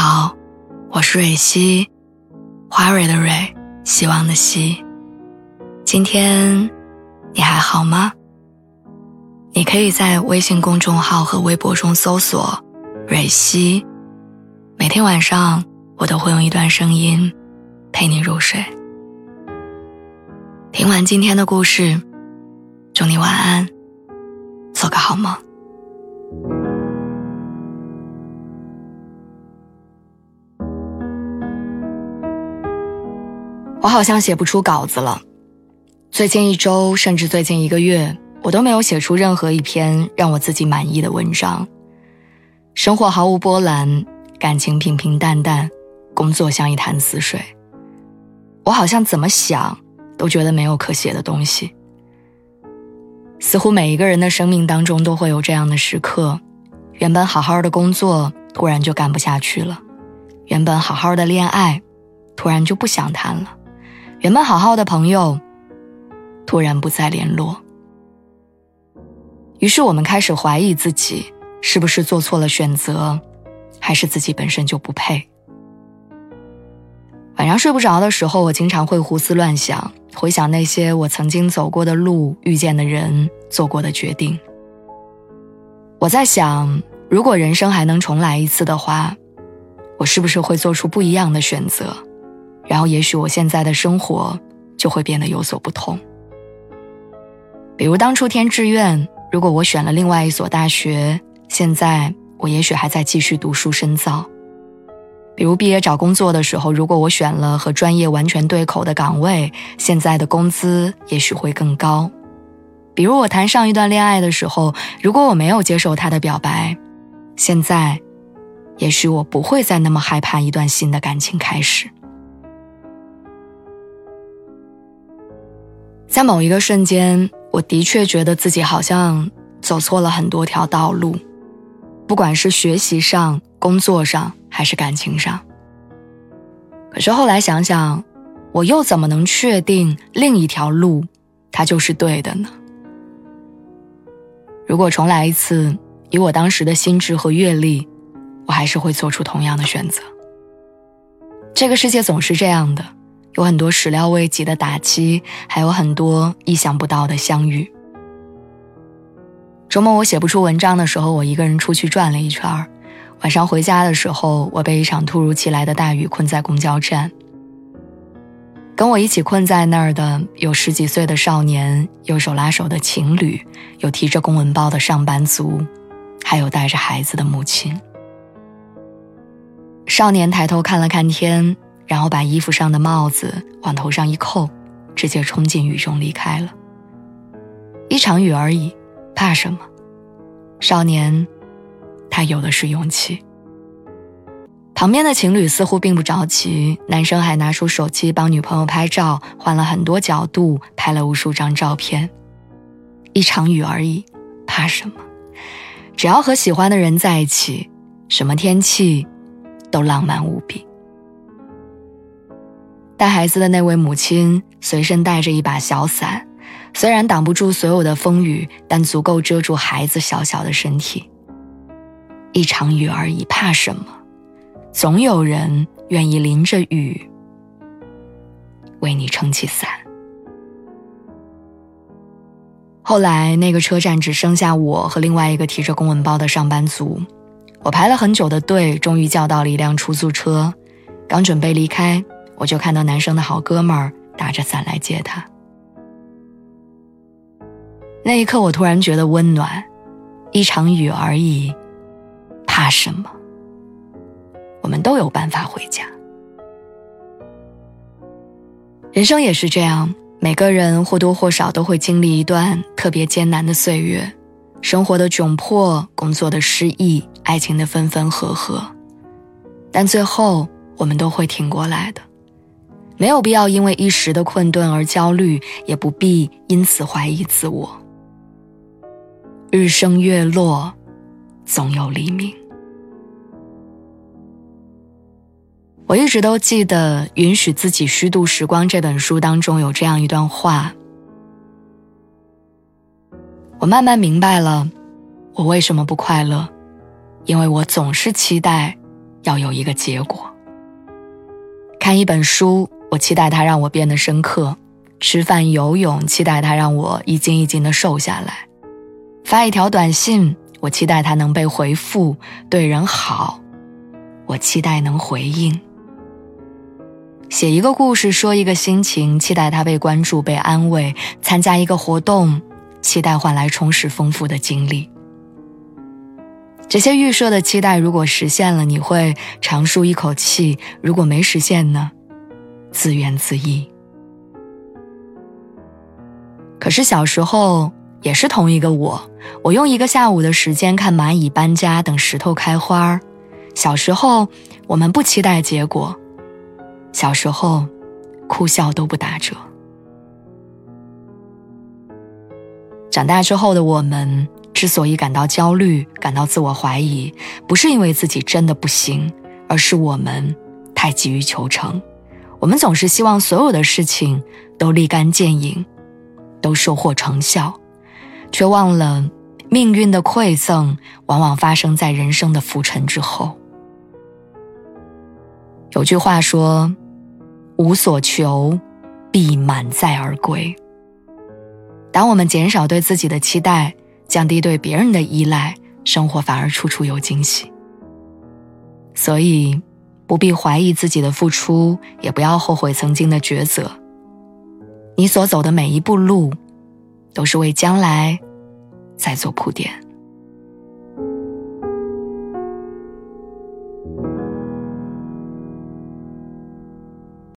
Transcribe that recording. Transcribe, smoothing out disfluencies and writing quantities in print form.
好，我是蕊希，花蕊的蕊，希望的希。今天你还好吗？你可以在微信公众号和微博中搜索蕊希，每天晚上我都会用一段声音陪你入睡。听完今天的故事，祝你晚安，做个好梦。我好像写不出稿子了，最近一周甚至最近一个月，我都没有写出任何一篇让我自己满意的文章。生活毫无波澜，感情平平淡淡，工作像一潭死水。我好像怎么想都觉得没有可写的东西。似乎每一个人的生命当中都会有这样的时刻，原本好好的工作突然就干不下去了，原本好好的恋爱突然就不想谈了，原本好好的朋友突然不再联络。于是我们开始怀疑自己是不是做错了选择，还是自己本身就不配。晚上睡不着的时候，我经常会胡思乱想，回想那些我曾经走过的路，遇见的人，做过的决定。我在想，如果人生还能重来一次的话，我是不是会做出不一样的选择，然后也许我现在的生活就会变得有所不同。比如当初填志愿，如果我选了另外一所大学，现在我也许还在继续读书深造。比如毕业找工作的时候，如果我选了和专业完全对口的岗位，现在的工资也许会更高。比如我谈上一段恋爱的时候，如果我没有接受他的表白，现在也许我不会再那么害怕一段新的感情开始。在某一个瞬间，我的确觉得自己好像走错了很多条道路，不管是学习上、工作上还是感情上。可是后来想想，我又怎么能确定另一条路它就是对的呢？如果重来一次，以我当时的心智和阅历，我还是会做出同样的选择。这个世界总是这样的，有很多始料未及的打击，还有很多意想不到的相遇。周末我写不出文章的时候，我一个人出去转了一圈，晚上回家的时候，我被一场突如其来的大雨困在公交站。跟我一起困在那儿的有10几岁的少年，有手拉手的情侣，有提着公文包的上班族，还有带着孩子的母亲。少年抬头看了看天，然后把衣服上的帽子往头上一扣，直接冲进雨中离开了。一场雨而已，怕什么？少年，他有的是勇气。旁边的情侣似乎并不着急，男生还拿出手机帮女朋友拍照，换了很多角度，拍了无数张照片。一场雨而已，怕什么？只要和喜欢的人在一起，什么天气都浪漫无比。带孩子的那位母亲随身带着一把小伞，虽然挡不住所有的风雨，但足够遮住孩子小小的身体。一场雨而已，怕什么？总有人愿意淋着雨为你撑起伞。后来那个车站只剩下我和另外一个提着公文包的上班族，我排了很久的队，终于叫到了一辆出租车。刚准备离开，我就看到男生的好哥们儿打着伞来接他。那一刻我突然觉得温暖，一场雨而已，怕什么？我们都有办法回家。人生也是这样，每个人或多或少都会经历一段特别艰难的岁月，生活的窘迫，工作的失意，爱情的分分合合。但最后我们都会挺过来的，没有必要因为一时的困顿而焦虑，也不必因此怀疑自我。日升月落，总有黎明。我一直都记得《允许自己虚度时光》这本书当中有这样一段话，我慢慢明白了我为什么不快乐，因为我总是期待要有一个结果。看一本书，我期待它让我变得深刻；吃饭游泳，期待它让我一斤一斤地瘦下来；发一条短信，我期待它能被回复；对人好，我期待能回应；写一个故事，说一个心情，期待它被关注被安慰；参加一个活动，期待换来充实丰富的经历。这些预设的期待如果实现了，你会长舒一口气；如果没实现呢，自怨自艾。可是小时候也是同一个我用1个下午的时间看蚂蚁搬家，等石头开花。小时候我们不期待结果，小时候哭笑都不打折。长大之后的我们之所以感到焦虑，感到自我怀疑，不是因为自己真的不行，而是我们太急于求成。我们总是希望所有的事情都立竿见影，都收获成效，却忘了命运的馈赠往往发生在人生的浮沉之后。有句话说，无所求，必满载而归。当我们减少对自己的期待，降低对别人的依赖，生活反而处处有惊喜。所以不必怀疑自己的付出，也不要后悔曾经的抉择。你所走的每一步路，都是为将来在做铺垫。